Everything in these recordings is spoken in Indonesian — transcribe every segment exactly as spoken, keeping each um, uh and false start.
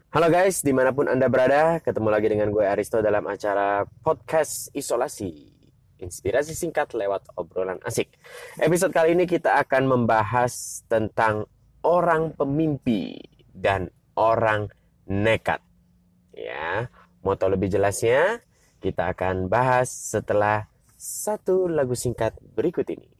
Halo guys, dimanapun Anda berada, ketemu lagi dengan gue Aristo dalam acara Podcast Isolasi. Inspirasi singkat lewat obrolan asik. Episode kali ini kita akan membahas tentang orang pemimpi dan orang nekat. Ya, mau tahu lebih jelasnya? Kita akan bahas setelah satu lagu singkat berikut ini.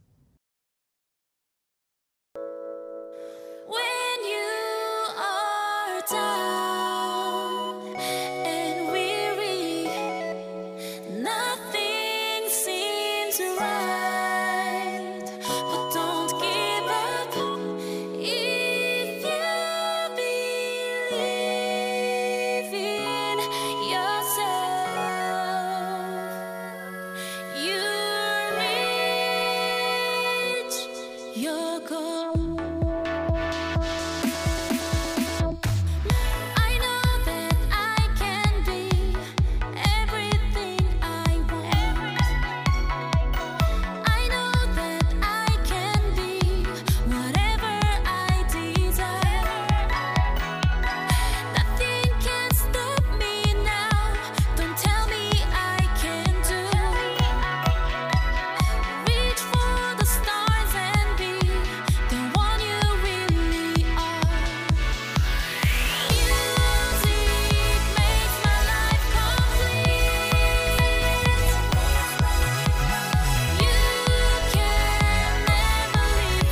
When you are down and weary, nothing seems right. But don't give up if you believe in yourself. You reach your goal. I know that I can be everything I want. I know that I can be whatever I desire. Nothing can stop me now. Don't tell me I can't do. Reach for the stars and be the one you really are. Music makes my life complete. You can never live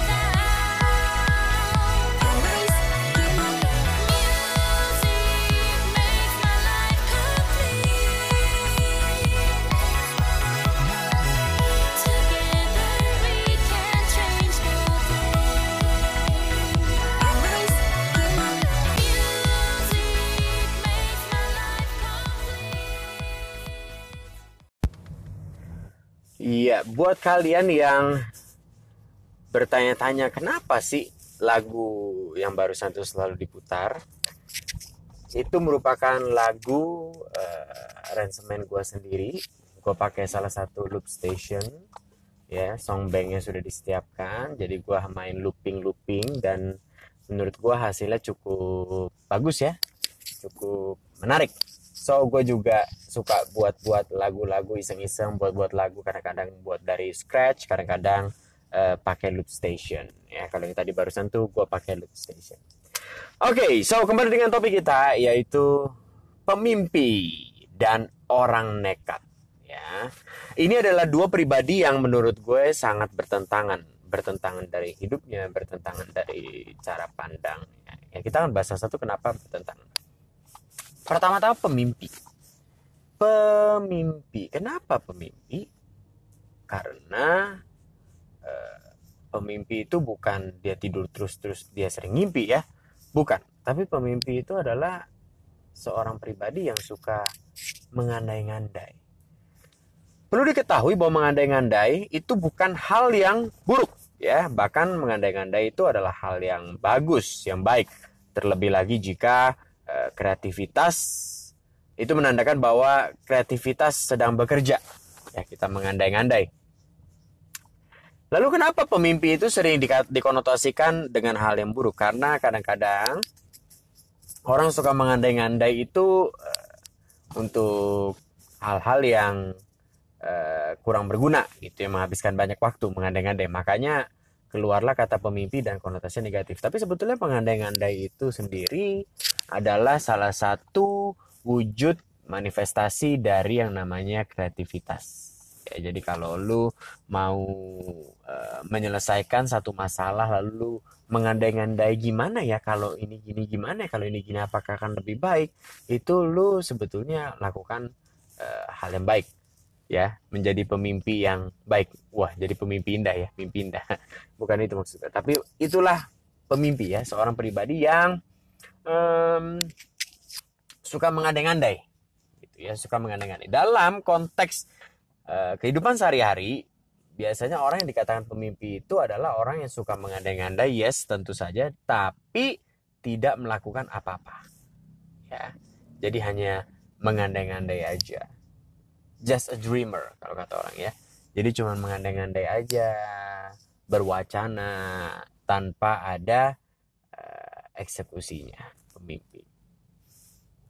without. Always give me music makes my life complete. Together we can change the day. Always give me music makes my life complete. Iya, buat kalian yang bertanya-tanya kenapa sih lagu yang barusan itu selalu diputar, itu merupakan lagu uh, aransemen gue sendiri. Gue pakai salah satu loop station, ya, songbanknya sudah disetiapkan, jadi gue main looping-looping dan menurut gue hasilnya cukup bagus ya, cukup menarik. So gue juga suka buat-buat lagu-lagu iseng-iseng, buat-buat lagu kadang-kadang buat dari scratch, kadang-kadang uh, pakai loop station. Ya, kalau yang tadi barusan tuh gue pakai loop station. Oke, okay, so kembali dengan topik kita, yaitu pemimpi dan orang nekat. Ya, ini adalah dua pribadi yang menurut gue sangat bertentangan, bertentangan dari hidupnya, bertentangan dari cara pandang. Ya, kita akan bahas satu kenapa bertentangan. Pertama-tama pemimpi. Pemimpi. Kenapa pemimpi? Karena eh, pemimpi itu bukan dia tidur terus-terus dia sering ngimpi ya. Bukan. Tapi pemimpi itu adalah seorang pribadi yang suka mengandai-ngandai. Perlu diketahui bahwa mengandai-ngandai itu bukan hal yang buruk. Ya, bahkan mengandai-ngandai itu adalah hal yang bagus, yang baik. Terlebih lagi jika kreativitas itu menandakan bahwa kreativitas sedang bekerja. Ya, kita mengandai-ngandai. Lalu kenapa pemimpi itu sering dikonotasikan dengan hal yang buruk? Karena kadang-kadang orang suka mengandai-ngandai itu uh, untuk hal-hal yang uh, kurang berguna, gitu, yang menghabiskan banyak waktu mengandai-ngandai. Makanya keluarlah kata pemimpi dan konotasi negatif. Tapi sebetulnya mengandai-ngandai itu sendiri adalah salah satu wujud manifestasi dari yang namanya kreativitas. Ya, jadi kalau lu mau e, menyelesaikan satu masalah lalu mengandai-ngandai gimana ya kalau ini gini, gimana ya kalau ini gini, apakah akan lebih baik, itu lu sebetulnya lakukan e, hal yang baik. Ya, menjadi pemimpi yang baik. Wah, jadi pemimpi indah ya, mimpi indah. Bukan itu maksudnya. Tapi itulah pemimpi ya, seorang pribadi yang um, suka mengandai-ngandai, gitu ya, suka mengandai-ngandai. Dalam konteks uh, kehidupan sehari-hari, biasanya orang yang dikatakan pemimpi itu adalah orang yang suka mengandai-ngandai, yes, tentu saja, tapi tidak melakukan apa-apa. Ya, jadi hanya mengandai-ngandai aja. Just a dreamer kalau kata orang ya. Jadi cuma mengandai-ngandai aja, berwacana tanpa ada uh, eksekusinya, pemimpi.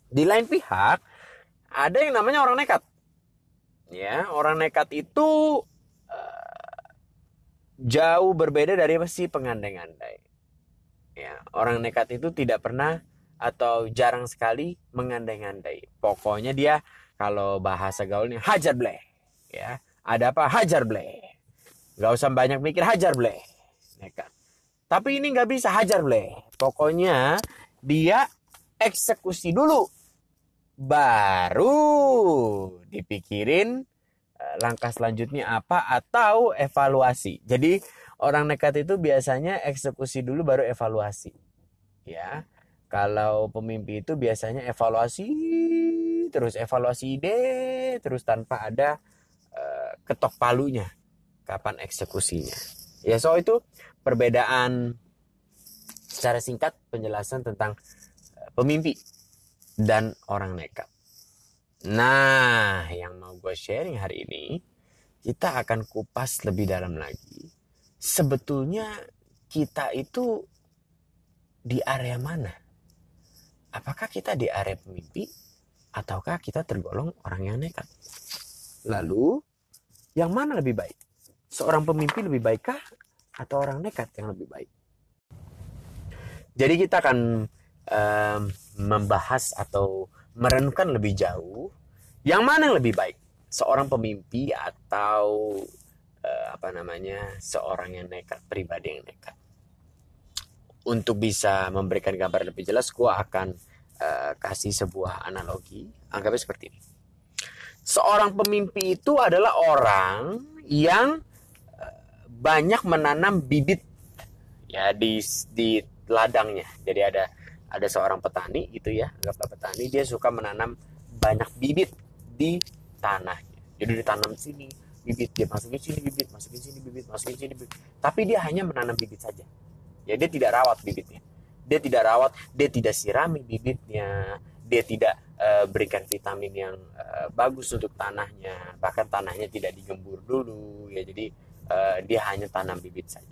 Di lain pihak, ada yang namanya orang nekat. Ya, orang nekat itu uh, jauh berbeda dari si pengandai-andai. Ya, orang nekat itu tidak pernah atau jarang sekali mengandai-andai. Pokoknya dia kalau bahasa gaulnya hajar bleh. Ya, ada apa hajar bleh. Gak usah banyak mikir, hajar bleh. Nekat. Tapi ini gak bisa hajar bleh. Pokoknya dia eksekusi dulu. Baru dipikirin langkah selanjutnya apa atau evaluasi. Jadi orang nekat itu biasanya eksekusi dulu baru evaluasi. Ya. Kalau pemimpi itu biasanya evaluasi terus evaluasi ide terus tanpa ada uh, ketok palunya kapan eksekusinya. Ya, so itu perbedaan secara singkat penjelasan tentang uh, pemimpi dan orang nekat. Nah, yang mau gue sharing hari ini, kita akan kupas lebih dalam lagi. Sebetulnya kita itu di area mana? Apakah kita di area pemimpi ataukah kita tergolong orang yang nekat? Lalu, yang mana lebih baik? Seorang pemimpi lebih baikkah atau orang nekat yang lebih baik? Jadi kita akan um, membahas atau merenungkan lebih jauh yang mana yang lebih baik, seorang pemimpi atau uh, apa namanya seorang yang nekat, pribadi yang nekat. Untuk bisa memberikan gambar lebih jelas, gue akan uh, kasih sebuah analogi. Anggapnya seperti ini. Seorang pemimpi itu adalah orang yang uh, banyak menanam bibit ya di di ladangnya. Jadi ada ada seorang petani gitu ya, anggaplah petani, dia suka menanam banyak bibit di tanahnya. Jadi ditanam sini bibit, dia masukin sini bibit, masukin sini bibit, masukin sini bibit. Tapi dia hanya menanam bibit saja. Ya, dia tidak rawat bibitnya. Dia tidak rawat, dia tidak sirami bibitnya, dia tidak uh, berikan vitamin yang uh, bagus untuk tanahnya. Bahkan tanahnya tidak digembur dulu ya. Jadi uh, dia hanya tanam bibit saja.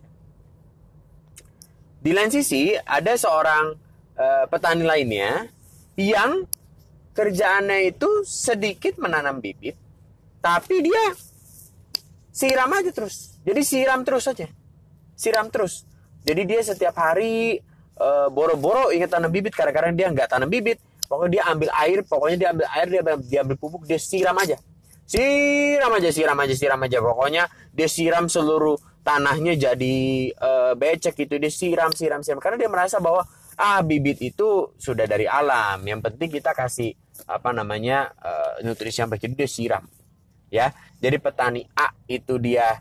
Di lain sisi ada seorang Uh, petani lainnya yang kerjaannya itu sedikit menanam bibit, tapi dia siram aja terus. Jadi siram terus saja, siram terus. Jadi dia setiap hari uh, boro-boro ingat tanam bibit, kadang-kadang dia nggak tanam bibit. Pokoknya dia ambil air, pokoknya dia ambil air, dia ambil, dia ambil pupuk, dia siram aja, siram aja, siram aja, siram aja. Pokoknya dia siram seluruh tanahnya jadi uh, becek gitu, dia siram, siram, siram. Karena dia merasa bahwa ah bibit itu sudah dari alam, yang penting kita kasih apa namanya uh, nutrisi yang baik, jadi dia siram ya. Jadi petani A itu dia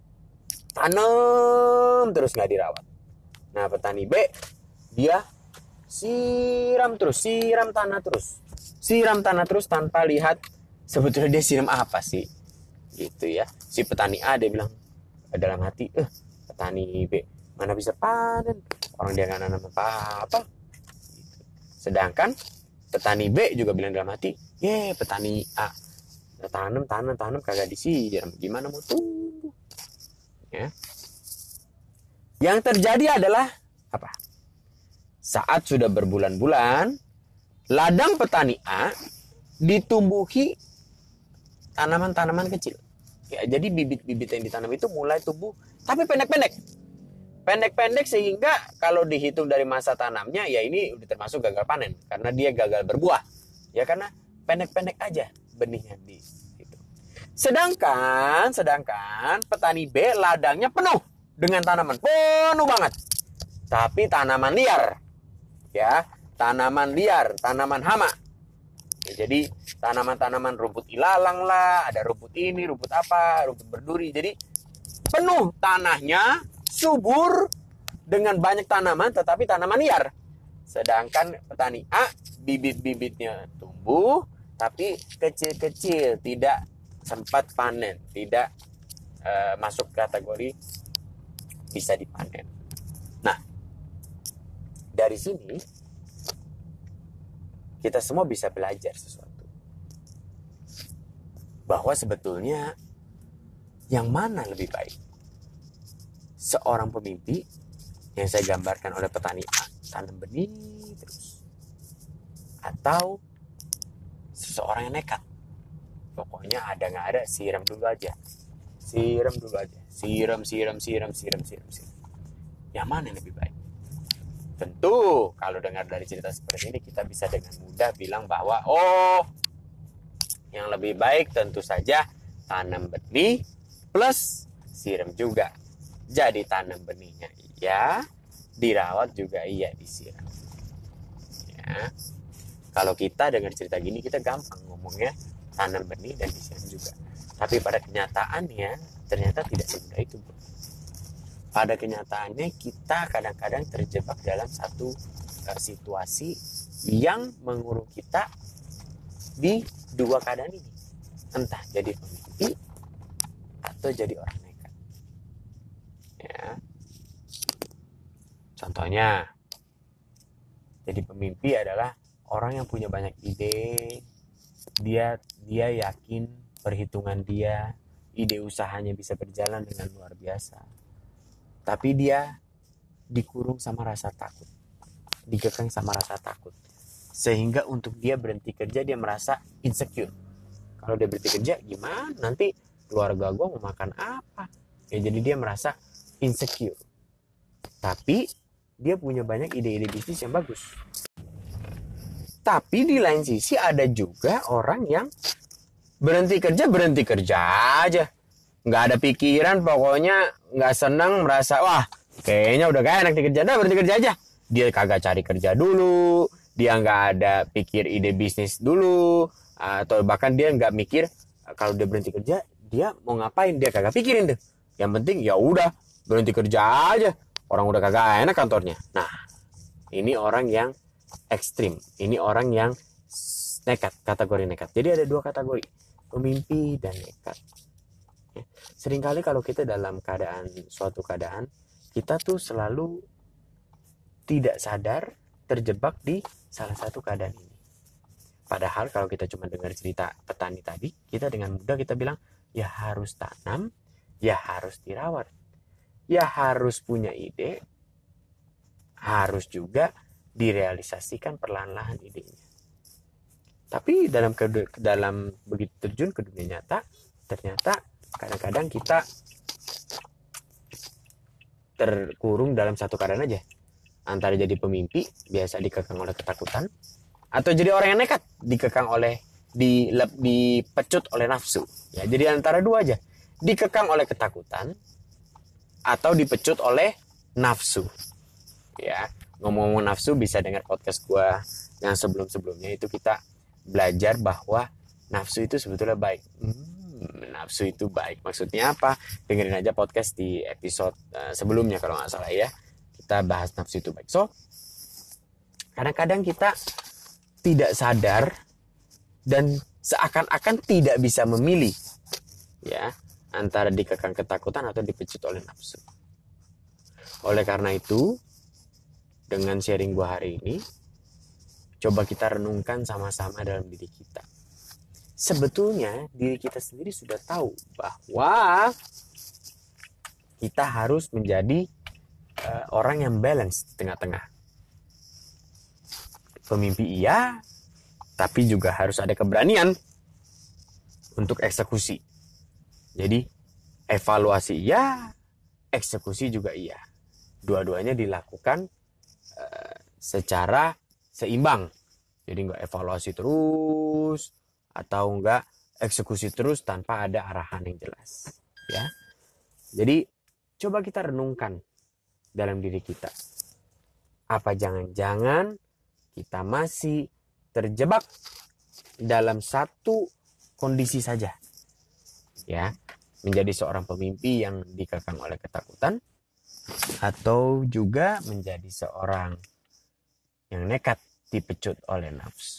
tanam terus nggak dirawat. Nah petani B dia siram terus, siram tanah terus, siram tanah terus tanpa lihat sebetulnya dia siram apa sih gitu ya. Si petani A dia bilang dalam hati, eh petani B mana bisa panen, orang dia nggak nanam apa-apa. Sedangkan petani B juga bilang dalam hati, ye petani A tanam tanam tanam kagak disiram, gimana mau tumbuh ya. Yang terjadi adalah apa? Saat sudah berbulan-bulan, ladang petani A ditumbuhi tanaman-tanaman kecil ya. Jadi bibit-bibit yang ditanam itu mulai tumbuh tapi pendek-pendek. Pendek-pendek sehingga kalau dihitung dari masa tanamnya ya ini udah termasuk gagal panen karena dia gagal berbuah ya, karena pendek-pendek aja benihnya di itu. Sedangkan sedangkan petani B ladangnya penuh dengan tanaman, penuh banget. Tapi tanaman liar ya, tanaman liar, tanaman hama. Ya, jadi tanaman-tanaman rumput ilalang lah, ada rumput ini, rumput apa, rumput berduri. Jadi penuh tanahnya, subur dengan banyak tanaman tetapi tanaman liar. Sedangkan petani A bibit-bibitnya tumbuh tapi kecil-kecil, tidak sempat panen, tidak uh, masuk kategori bisa dipanen. Nah, dari sini kita semua bisa belajar sesuatu. Bahwa sebetulnya yang mana lebih baik? Seorang pemimpi yang saya gambarkan oleh petani A, tanam benih terus, atau seseorang yang nekat. Pokoknya ada nggak ada, siram dulu aja. Siram dulu aja. Siram, siram, siram, siram, siram, siram. Yang mana yang lebih baik? Tentu kalau dengar dari cerita seperti ini, kita bisa dengan mudah bilang bahwa oh, yang lebih baik tentu saja tanam benih plus siram juga. Jadi tanam benihnya iya, dirawat juga iya, disiram. Ya. Kalau kita dengar cerita gini, kita gampang ngomongnya tanam benih dan disiram juga. Tapi pada kenyataannya ternyata tidak semudah itu, bro. Pada kenyataannya kita kadang-kadang terjebak dalam satu uh, situasi yang mengurung kita di dua keadaan ini. Entah jadi pemimpi atau jadi orang nekat. Ya. Contohnya, jadi pemimpi adalah orang yang punya banyak ide. Dia dia yakin perhitungan dia, ide usahanya bisa berjalan dengan luar biasa. Tapi dia dikurung sama rasa takut, dikekang sama rasa takut, sehingga untuk dia berhenti kerja dia merasa insecure. Kalau dia berhenti kerja gimana? Nanti keluarga gue mau makan apa? Ya jadi dia merasa insecure. Tapi dia punya banyak ide-ide bisnis yang bagus. Tapi di lain sisi ada juga orang yang berhenti kerja berhenti kerja aja, nggak ada pikiran, pokoknya nggak senang, merasa wah kayaknya udah gak enak di kerja, dah berhenti kerja aja. Dia kagak cari kerja dulu, dia nggak ada pikir ide bisnis dulu, atau bahkan dia nggak mikir kalau dia berhenti kerja dia mau ngapain, dia kagak pikirin tuh. Yang penting ya udah berhenti kerja aja, orang udah kagak enak kantornya. Nah, ini orang yang ekstrim, ini orang yang nekat, kategori nekat. Jadi ada dua kategori, pemimpi dan nekat. Seringkali kalau kita dalam keadaan suatu keadaan, kita tuh selalu tidak sadar terjebak di salah satu keadaan ini. Padahal kalau kita cuma dengar cerita petani tadi, kita dengan mudah kita bilang ya harus tanam, ya harus dirawat, ya harus punya ide, harus juga direalisasikan perlahan-lahan idenya. Tapi dalam ke, dalam begitu terjun ke dunia nyata, ternyata kadang-kadang kita terkurung dalam satu keadaan aja. Antara jadi pemimpi, biasa dikekang oleh ketakutan, atau jadi orang yang nekat, dikekang oleh di dipecut oleh nafsu. Ya, jadi antara dua aja. Dikekang oleh ketakutan atau dipecut oleh nafsu. Ya, ngomong-ngomong nafsu, bisa dengar podcast gua yang sebelum-sebelumnya, itu kita belajar bahwa nafsu itu sebetulnya baik. Hmm, nafsu itu baik. Maksudnya apa? Dengerin aja podcast di episode uh, sebelumnya kalau nggak salah ya. Kita bahas nafsu itu baik. So, kadang-kadang kita tidak sadar dan seakan-akan tidak bisa memilih, ya, antara dikekang ketakutan atau dipecut oleh nafsu. Oleh karena itu, dengan sharing gua hari ini, coba kita renungkan sama-sama dalam diri kita. Sebetulnya diri kita sendiri sudah tahu bahwa kita harus menjadi uh, orang yang balance di tengah-tengah. Pemimpi iya, tapi juga harus ada keberanian untuk eksekusi. Jadi evaluasi iya, eksekusi juga iya. Dua-duanya dilakukan uh, secara seimbang. Jadi nggak evaluasi terus atau nggak eksekusi terus tanpa ada arahan yang jelas. Ya, jadi coba kita renungkan dalam diri kita. Apa jangan-jangan kita masih terjebak dalam satu kondisi saja, ya, menjadi seorang pemimpi yang dikekang oleh ketakutan, atau juga menjadi seorang yang nekat dipecut oleh nafsu.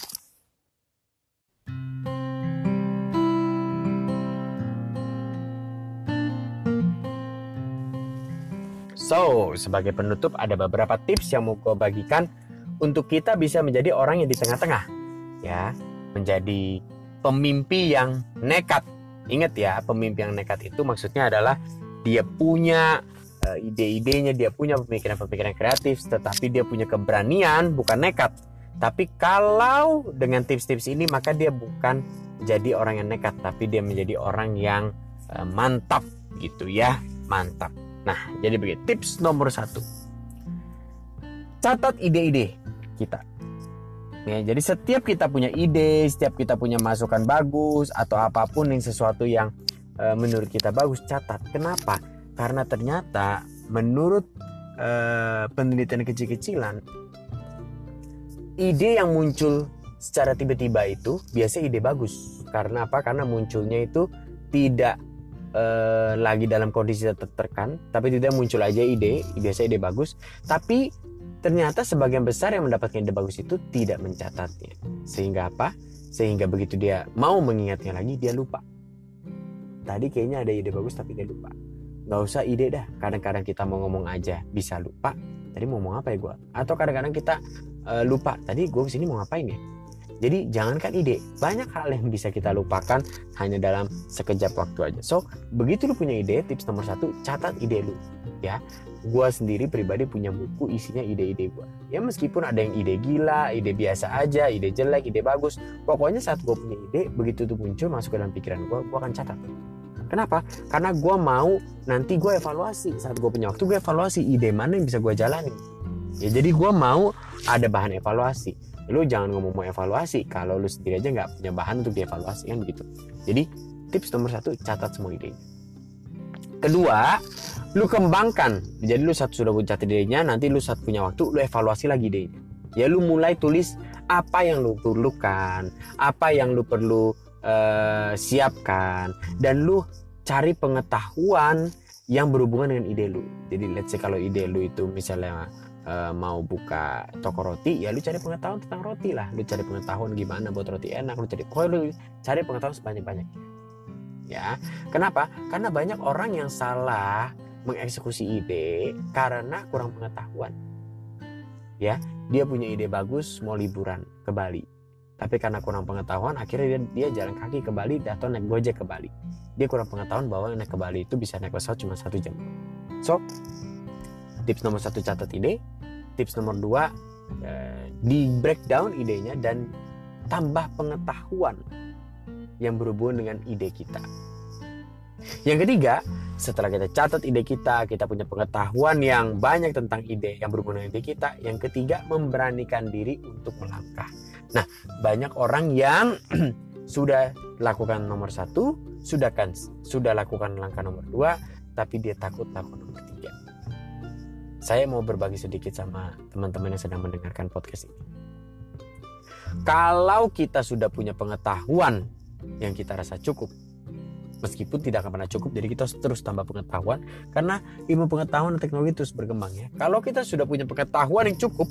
So, sebagai penutup ada beberapa tips yang mau gue bagikan untuk kita bisa menjadi orang yang di tengah-tengah, ya, menjadi pemimpi yang nekat. Ingat ya, pemimpi yang nekat itu maksudnya adalah dia punya uh, ide-idenya, dia punya pemikiran-pemikiran kreatif, tetapi dia punya keberanian, bukan nekat. Tapi kalau dengan tips-tips ini maka dia bukan jadi orang yang nekat, tapi dia menjadi orang yang uh, mantap gitu ya, mantap. Nah, jadi begitu. Tips nomor satu, catat ide-ide kita. Ya, jadi setiap kita punya ide, setiap kita punya masukan bagus atau apapun yang sesuatu yang uh, menurut kita bagus, catat. Kenapa? Karena ternyata menurut uh, penelitian kecil-kecilan, ide yang muncul secara tiba-tiba itu biasanya ide bagus. Karena apa? Karena munculnya itu tidak eh, lagi dalam kondisi tertekan, tapi tidak muncul aja ide, biasa ide bagus. Tapi ternyata sebagian besar yang mendapatkan ide bagus itu tidak mencatatnya. Sehingga apa? Sehingga begitu dia mau mengingatnya lagi, dia lupa. Tadi kayaknya ada ide bagus tapi dia lupa. Gak usah ide dah. Kadang-kadang kita mau ngomong aja bisa lupa. Tadi mau ngomong apa ya gue? Atau kadang-kadang kita uh, lupa. Tadi gue kesini mau ngapain ya? Jadi jangankan ide, banyak hal yang bisa kita lupakan hanya dalam sekejap waktu aja. So, begitu lu punya ide, tips nomor satu, catat ide lu. Ya, gue sendiri pribadi punya buku isinya ide-ide gue. Ya meskipun ada yang ide gila, ide biasa aja, ide jelek, ide bagus. Pokoknya saat gue punya ide, begitu itu muncul masuk ke dalam pikiran gue, gue akan catat. Kenapa? Karena gue mau nanti gue evaluasi. Saat gue punya waktu, gue evaluasi ide mana yang bisa gue jalani. Ya jadi gue mau ada bahan evaluasi. Lu jangan ngomong mau evaluasi kalau lu sendiri aja nggak punya bahan untuk dievaluasi kan gitu. Jadi tips nomor satu, catat semua idenya. Kedua, lu kembangkan. Jadi lu saat sudah catat idenya, nanti lu saat punya waktu lu evaluasi lagi idenya. Ya lu mulai tulis apa yang lu perlukan, apa yang lu perlu uh, siapkan, dan lu cari pengetahuan yang berhubungan dengan ide lu. Jadi let's say kalau ide lu itu misalnya Uh, mau buka toko roti, ya lu cari pengetahuan tentang roti lah. Lu cari pengetahuan gimana buat roti enak, lu cari pokoknya lu cari pengetahuan sebanyak-banyaknya. Ya, kenapa? Karena banyak orang yang salah mengeksekusi ide karena kurang pengetahuan. Ya, dia punya ide bagus mau liburan ke Bali, tapi karena kurang pengetahuan akhirnya dia, dia jalan kaki ke Bali atau naik Gojek ke Bali. Dia kurang pengetahuan bahwa naik ke Bali itu bisa naik pesawat cuma satu jam. So, tips nomor satu, catat ide. Tips nomor dua, eh, di breakdown idenya dan tambah pengetahuan yang berhubungan dengan ide kita. Yang ketiga, setelah kita catat ide kita, kita punya pengetahuan yang banyak tentang ide yang berhubungan dengan ide kita. Yang ketiga, memberanikan diri untuk melangkah. Nah, banyak orang yang sudah lakukan nomor satu, sudah kan, sudah lakukan langkah nomor dua, tapi dia takut lakukan nomor tiga. Saya mau berbagi sedikit sama teman-teman yang sedang mendengarkan podcast ini. Kalau kita sudah punya pengetahuan yang kita rasa cukup, meskipun tidak akan pernah cukup, jadi kita terus tambah pengetahuan, karena ilmu pengetahuan dan teknologi terus berkembang ya. Kalau kita sudah punya pengetahuan yang cukup,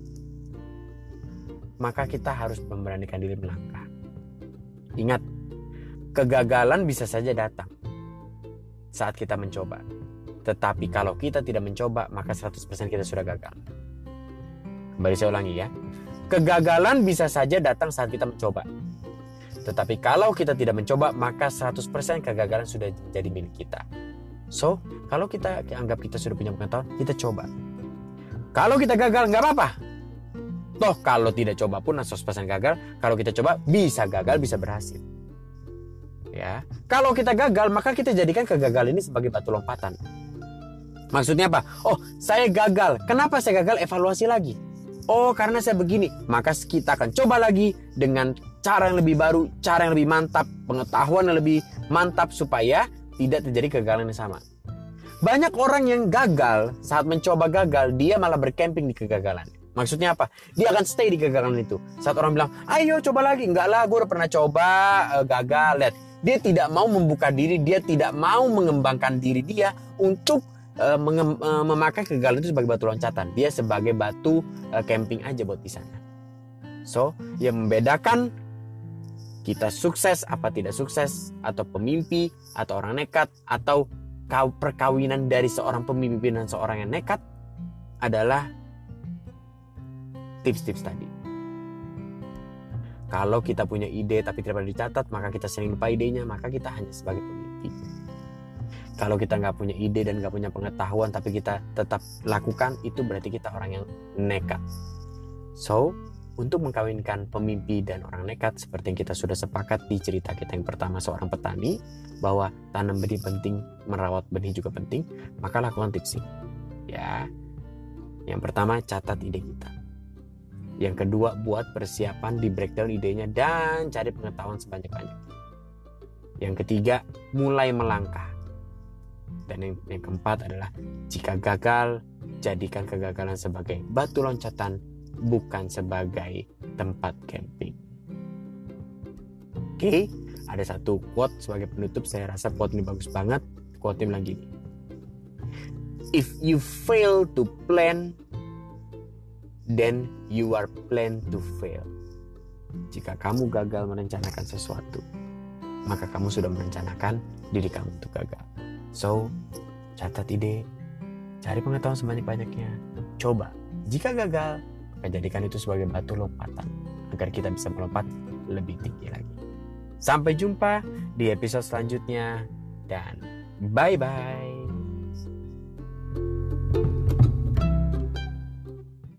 maka kita harus memberanikan diri melangkah. Ingat, kegagalan bisa saja datang saat kita mencoba. Tetapi kalau kita tidak mencoba, maka seratus persen kita sudah gagal. Kembali saya ulangi ya. Kegagalan bisa saja datang saat kita mencoba. Tetapi kalau kita tidak mencoba, maka seratus persen kegagalan sudah jadi milik kita. So, kalau kita anggap kita sudah punya pengetahuan, kita coba. Kalau kita gagal, nggak apa-apa. Toh, kalau tidak coba pun seratus persen gagal. Kalau kita coba, bisa gagal, bisa berhasil. Ya, kalau kita gagal, maka kita jadikan kegagalan ini sebagai batu lompatan. Maksudnya apa? Oh, saya gagal. Kenapa saya gagal? Evaluasi lagi. Oh, karena saya begini. Maka kita akan coba lagi dengan cara yang lebih baru, cara yang lebih mantap, pengetahuan yang lebih mantap supaya tidak terjadi kegagalan yang sama. Banyak orang yang gagal, saat mencoba gagal, dia malah bercamping di kegagalan. Maksudnya apa? Dia akan stay di kegagalan itu. Saat orang bilang, ayo coba lagi. Enggak lah, gue udah pernah coba, uh, gagal. Lihat, dia tidak mau membuka diri, dia tidak mau mengembangkan diri dia untuk Uh, menge- uh, memakai kegagalan itu sebagai batu loncatan. Dia sebagai batu uh, camping aja buat di sana. So, yang membedakan kita sukses apa tidak sukses, atau pemimpi, atau orang nekat, atau kau perkawinan dari seorang pemimpi dan seorang yang nekat adalah tips-tips tadi. Kalau kita punya ide tapi tidak pernah dicatat, maka kita sering lupa idenya, maka kita hanya sebagai pemimpi. Kalau kita nggak punya ide dan nggak punya pengetahuan tapi kita tetap lakukan, itu berarti kita orang yang nekat. So, untuk mengkawinkan pemimpi dan orang nekat, seperti yang kita sudah sepakat di cerita kita yang pertama seorang petani, bahwa tanam benih penting, merawat benih juga penting, maka lakukan tipsing. Ya, yang pertama catat ide kita. Yang kedua, buat persiapan, di breakdown idenya dan cari pengetahuan sebanyak-banyaknya. Yang ketiga, mulai melangkah. Dan yang, yang keempat adalah jika gagal, jadikan kegagalan sebagai batu loncatan, bukan sebagai tempat camping. Oke, ada satu quote sebagai penutup. Saya rasa quote ini bagus banget. Quote ini bilang gini: if you fail to plan, then you are planned to fail. Jika kamu gagal merencanakan sesuatu, maka kamu sudah merencanakan diri kamu untuk gagal. So, catat ide, cari pengetahuan sebanyak-banyaknya, coba. Jika gagal, maka jadikan itu sebagai batu lompatan agar kita bisa melompat lebih tinggi lagi. Sampai jumpa di episode selanjutnya dan bye-bye.